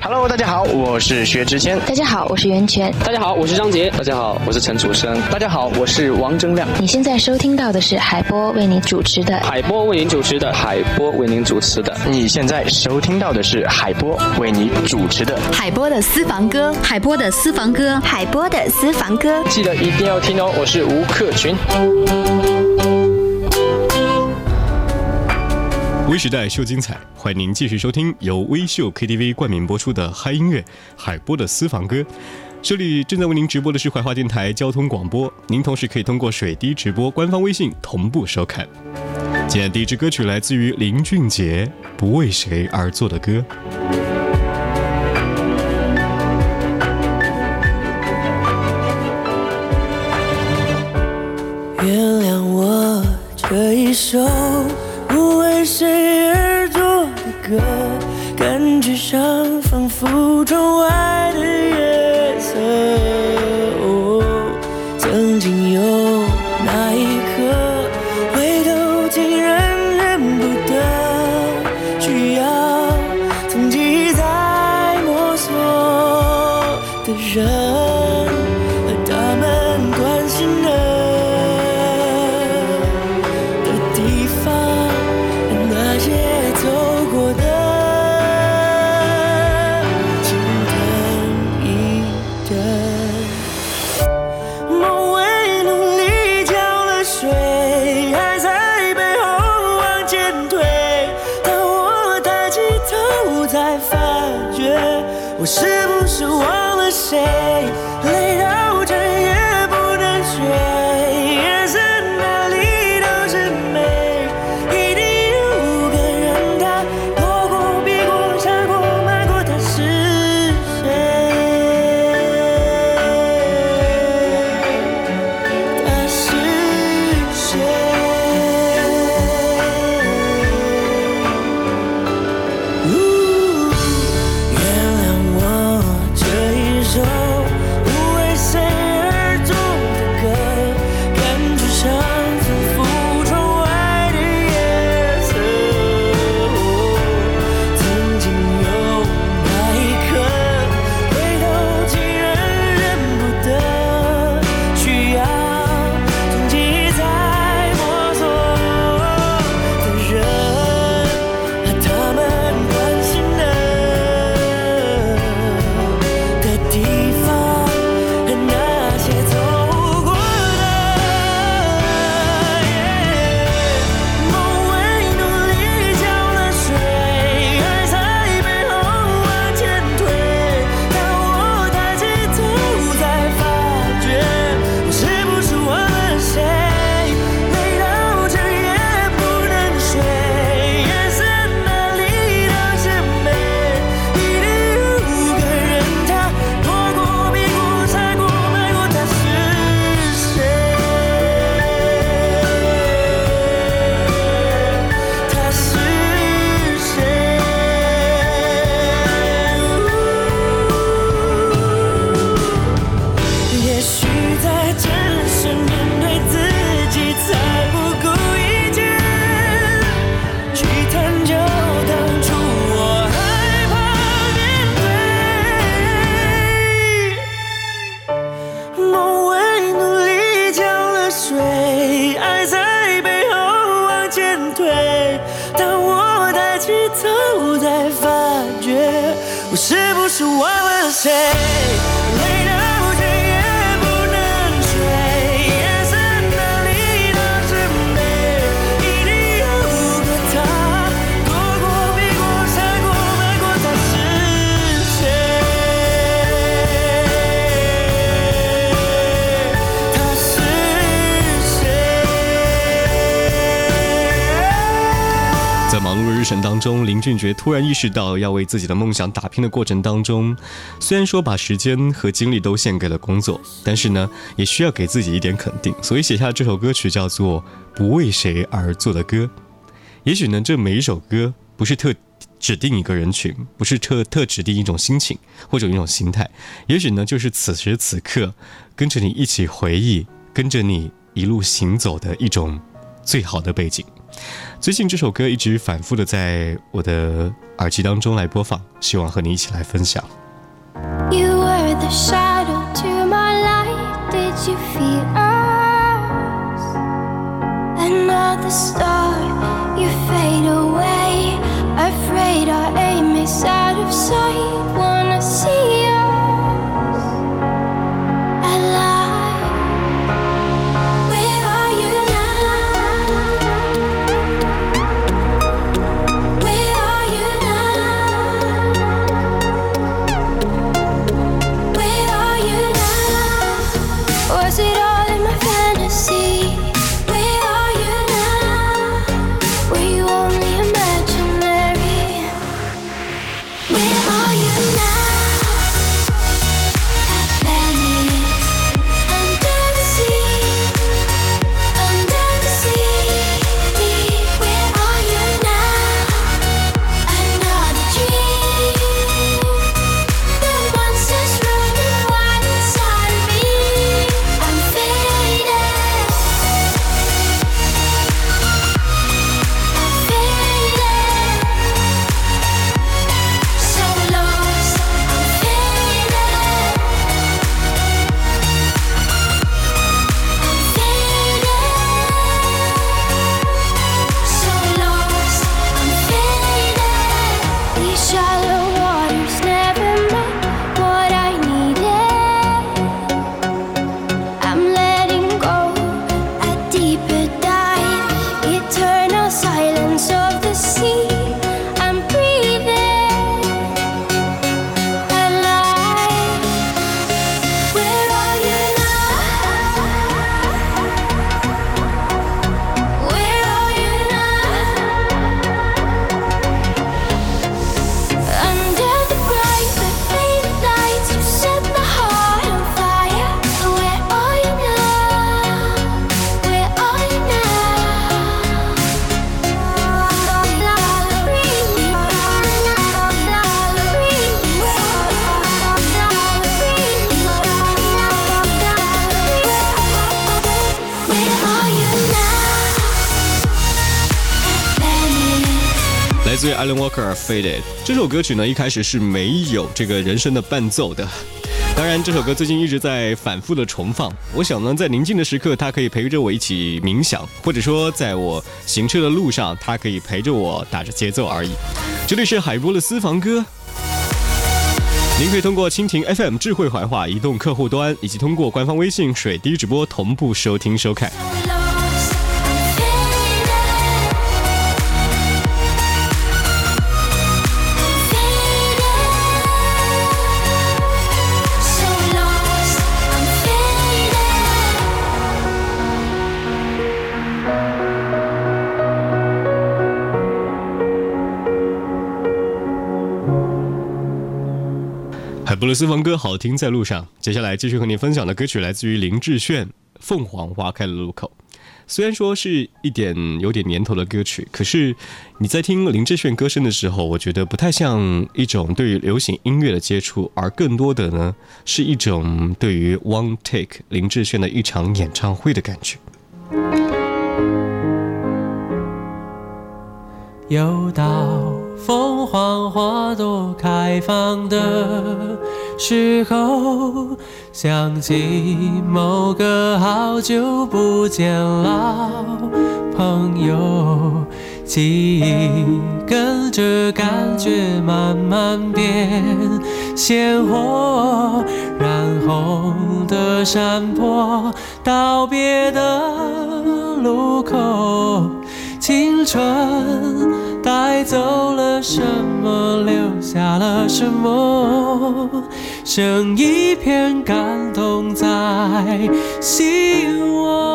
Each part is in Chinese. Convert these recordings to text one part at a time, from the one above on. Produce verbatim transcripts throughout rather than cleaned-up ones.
Hello， 大家好，我是薛之谦。 大家好，我是袁泉。 大家好，我是张杰。 大家好，我是陈楚生。 大家好，我是王铮亮。 你现在收听到的是海波为你主持的海波为您主持的海波为您主持的。 你现在收听到的是海波为你主持的海波的私房歌，海波的私房歌， 海波的私房歌， 记得一定要听哦！我是吴克群。 微时代秀精彩，欢迎您继续收听由微秀 K T V 冠名播出的嗨音乐海波的私房歌。这里正在为您直播的是怀化电台交通广播，您同时可以通过水滴直播官方微信同步收看。今天第一支歌曲来自于林俊杰，不为谁而作的歌。 原谅我这一首不为谁而作的歌，感觉上仿佛窗外的月色。哦，曾经有那一刻，回头竟然认不得，需要曾经在摸索的人和他们关心的我是不是忘了谁，累到这也不能睡，眼神哪里都是美，一定有个人他躲过避过闪过瞒过，他是谁，他是谁。我是不是忘了谁，累到这也不能睡，眼神哪里都是美，一定有个他躲过避过闪过瞒过，他是谁，他是谁。 在忙碌的日程当中，林俊杰突然意识到要为自己的梦想打拼的过程当中，虽然说把时间和精力都献给了工作，但是呢也需要给自己一点肯定，所以写下这首歌曲叫做不为谁而作的歌。也许呢这每一首歌不是特指定一个人群，不是特特指定一种心情或者一种心态，也许呢就是此时此刻跟着你一起回忆，跟着你一路行走的一种最好的背景。 最近这首歌一直反复的在我的耳机当中来播放，希望和你一起来分享。 You were the shadow to my light. Did you feel us? Another star, you fade away. Afraid our aim is out of sight. Wanna see us alive. Where are you now? Where are you now? Where are you now? Was it all in my fantasy? Where are you now? Were you only imaginary? Where are you now? Atlantis, under the sea, under the sea. Where are you now? Another dream. The monsters running wild inside of me. I'm faded. I'm faded. So lost. I'm faded. I'm faded. So lost. I'm faded. These shallow waters never met what I needed. I'm letting go a deeper dive. Eternal silence of the sea. I'm breathing alive. Where are you now? Where are you now? Under the bright but faded lights, you set my heart on fire. Where are you now? Where are you now? 来自于 Alan Walker Faded 这首歌曲呢，一开始是没有这个人声的伴奏的。当然，这首歌最近一直在反复的重放。我想呢，在宁静的时刻，它可以陪着我一起冥想，或者说在我行车的路上，它可以陪着我打着节奏而已。这里是海波的私房歌。您可以通过蜻蜓 F M 智慧怀化移动客户端，以及通过官方微信水滴直播同步收听收看。海波的私房歌好听在路上，接下来继续和你分享的歌曲来自于林志炫《凤凰花开的路口》。虽然说是一点有点年头的歌曲，可是你在听林志炫歌声的时候，我觉得不太像一种对于流行音乐的接触，而更多的呢是一种对于 One Take 林志炫的一场演唱会的感觉。 又到凤凰花朵开放的时候，想起某个好久不见老朋友，记忆跟着感觉慢慢变鲜活，染红的山坡，道别的路口，青春带走了什么，留下了什么，剩一片感动在心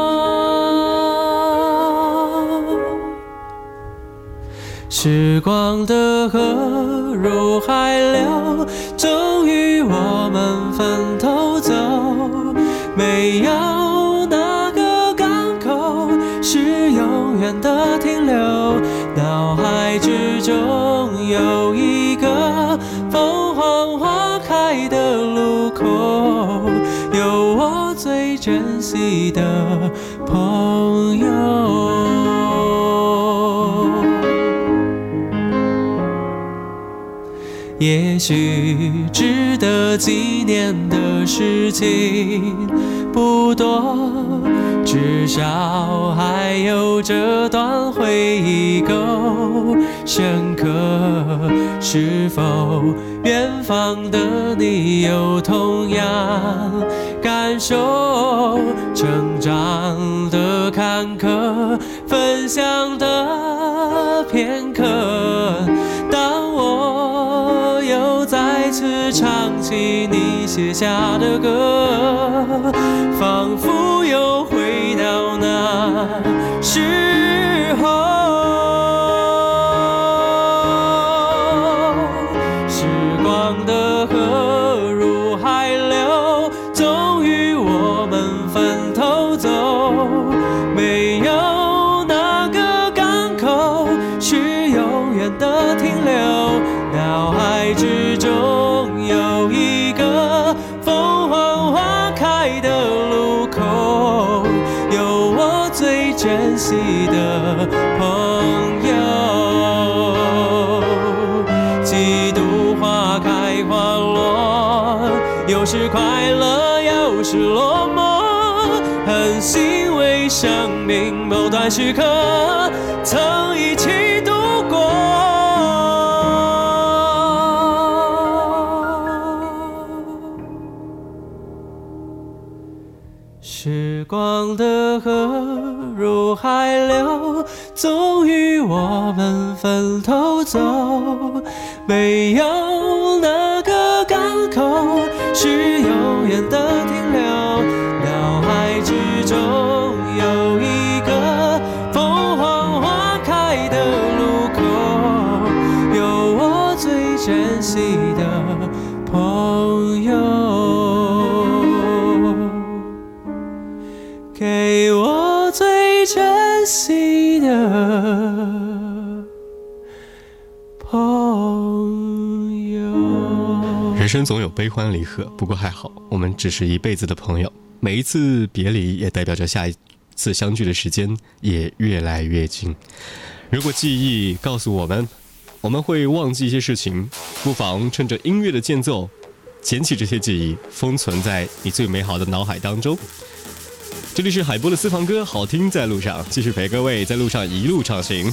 窝。时光的河入海流，终于我们分头走，没有哪个港口是永远的停留，脑海之中有一个凤凰花开的路口，有我最珍惜的朋友。 也许值得纪念的事情不多，至少还有这段回忆够深刻。是否远方的你有同样感受？成长的坎坷，分享的片刻，当我又再次唱起你写下的歌，仿佛又回到那时候。时光的河入海流，终于我们分头走，没有哪个港口是永远的停留。脑海之中有一个凤凰花开的路口，有我最珍惜的朋友。几度花开花落，有时快乐有时落寞，很欣慰生命某段时刻曾一起度过。时光的河入海流，终于我们分头走，没有哪个港口是永远的停留。脑海之中有一个凤凰花开的路口，有我最珍惜的朋友，给我最珍惜的朋友。 人生总有悲欢离合，不过还好，我们只是一辈子的朋友。每一次别离也代表着下一次相聚的时间也越来越近。如果记忆告诉我们我们会忘记一些事情，不妨趁着音乐的间奏捡起这些记忆，封存在你最美好的脑海当中。这里是海波的私房歌，好听在路上，继续陪各位在路上一路畅行。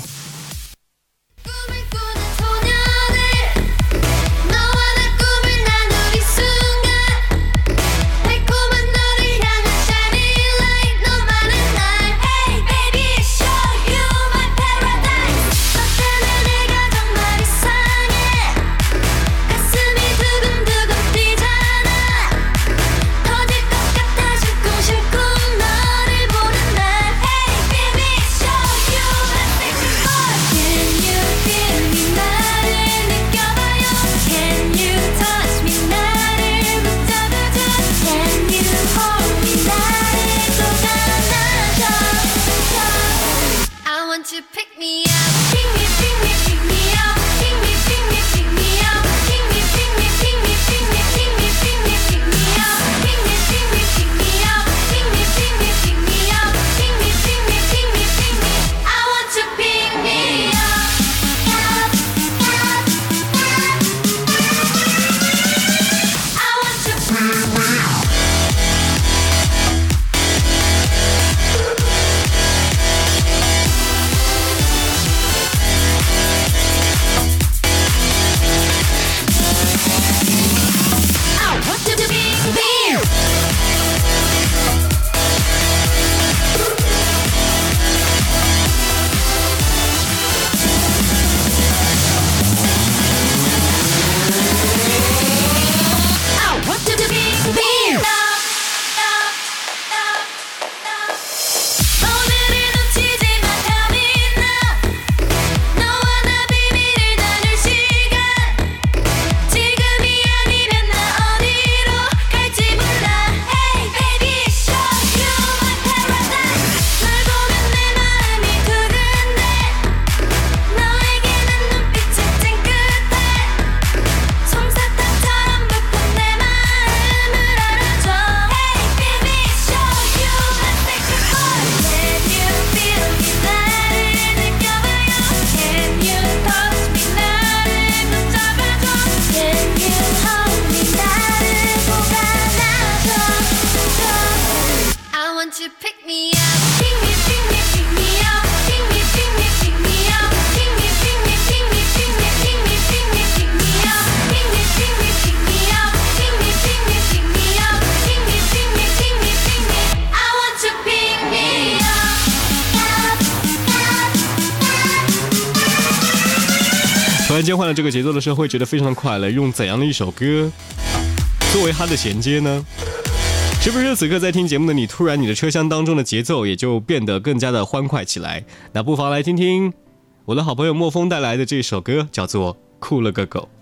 然间换了这个节奏的时候，会觉得非常的快乐。用怎样的一首歌作为它的衔接呢？是不是此刻在听节目的你，突然你的车厢当中的节奏也就变得更加的欢快起来？那不妨来听听我的好朋友莫风带来的这首歌，叫做《酷了个狗》。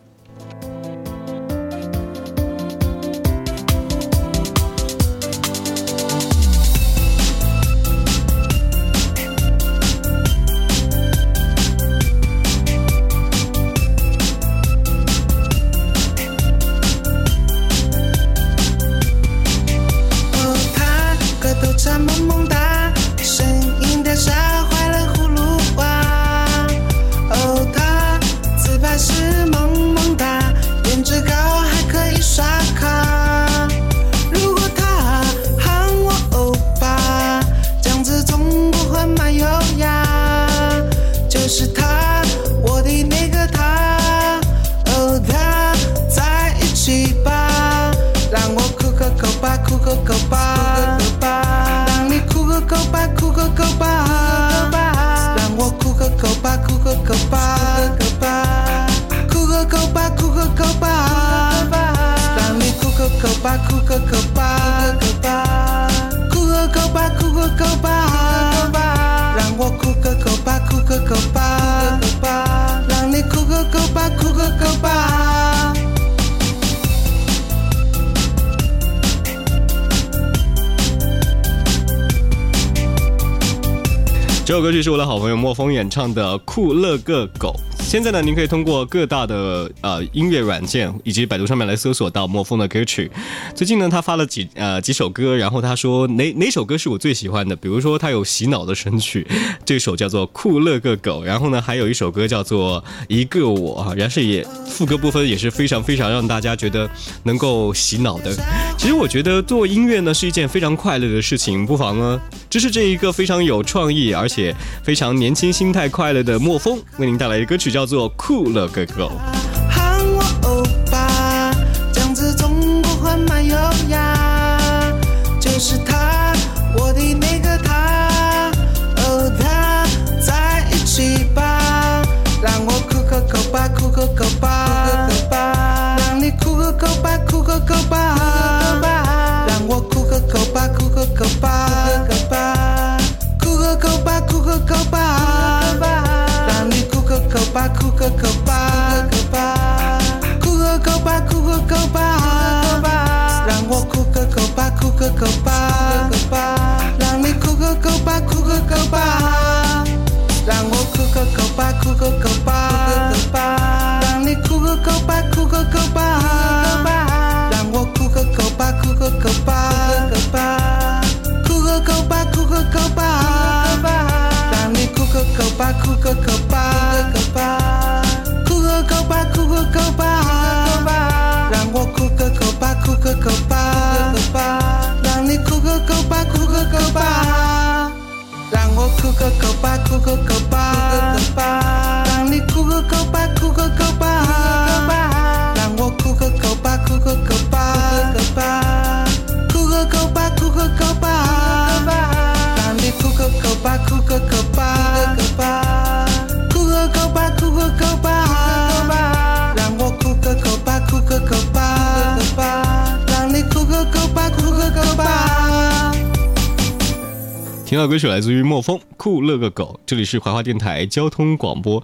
这首歌曲是我的好朋友莫风演唱的《酷乐个狗》。现在呢，您可以通过各大的呃音乐软件以及百度上面来搜索到莫风的歌曲。最近呢，他发了几呃几首歌，然后他说哪哪首歌是我最喜欢的？比如说他有洗脑的神曲，这首叫做《酷乐个狗》，然后呢还有一首歌叫做《一个我》，然后也副歌部分也是非常非常让大家觉得能够洗脑的。其实我觉得做音乐呢是一件非常快乐的事情，不妨呢支持这一个非常有创意而且非常年轻心态快乐的莫风为您带来的歌曲叫做《酷了个狗》。 喊我欧巴，这样子总不会蛮优雅，就是他，我的那个他，哦他，在一起吧，让我酷个狗吧，酷个狗吧，让你酷个狗吧，酷个狗吧，让我酷个狗吧，酷个狗吧，酷个狗吧，酷个狗吧，让你酷个狗吧，酷个狗吧，酷个狗吧，酷个狗吧，让我酷个狗吧，酷个狗吧，让你酷个狗吧，酷个狗吧，让我酷个狗吧，酷个狗吧，让你酷个狗吧，酷个狗吧，让我酷个狗吧，酷个狗吧，酷个狗吧，酷个狗吧，让你酷个狗吧，酷个狗吧，酷个狗吧，酷个狗吧，让我酷个狗吧，酷个狗吧，让你酷个狗吧，酷个狗吧，让我酷个狗吧，酷个狗吧，让你酷个狗吧，酷个狗吧，让我酷个狗吧，酷个狗吧，酷个狗吧，酷个狗吧，让你酷个狗吧，酷个狗吧，酷个狗吧，酷个狗吧，让我酷个狗吧，酷个狗吧，让你酷个狗吧，酷个狗吧。 听到歌曲来自于莫风，酷乐个狗。这里是怀化电台交通广播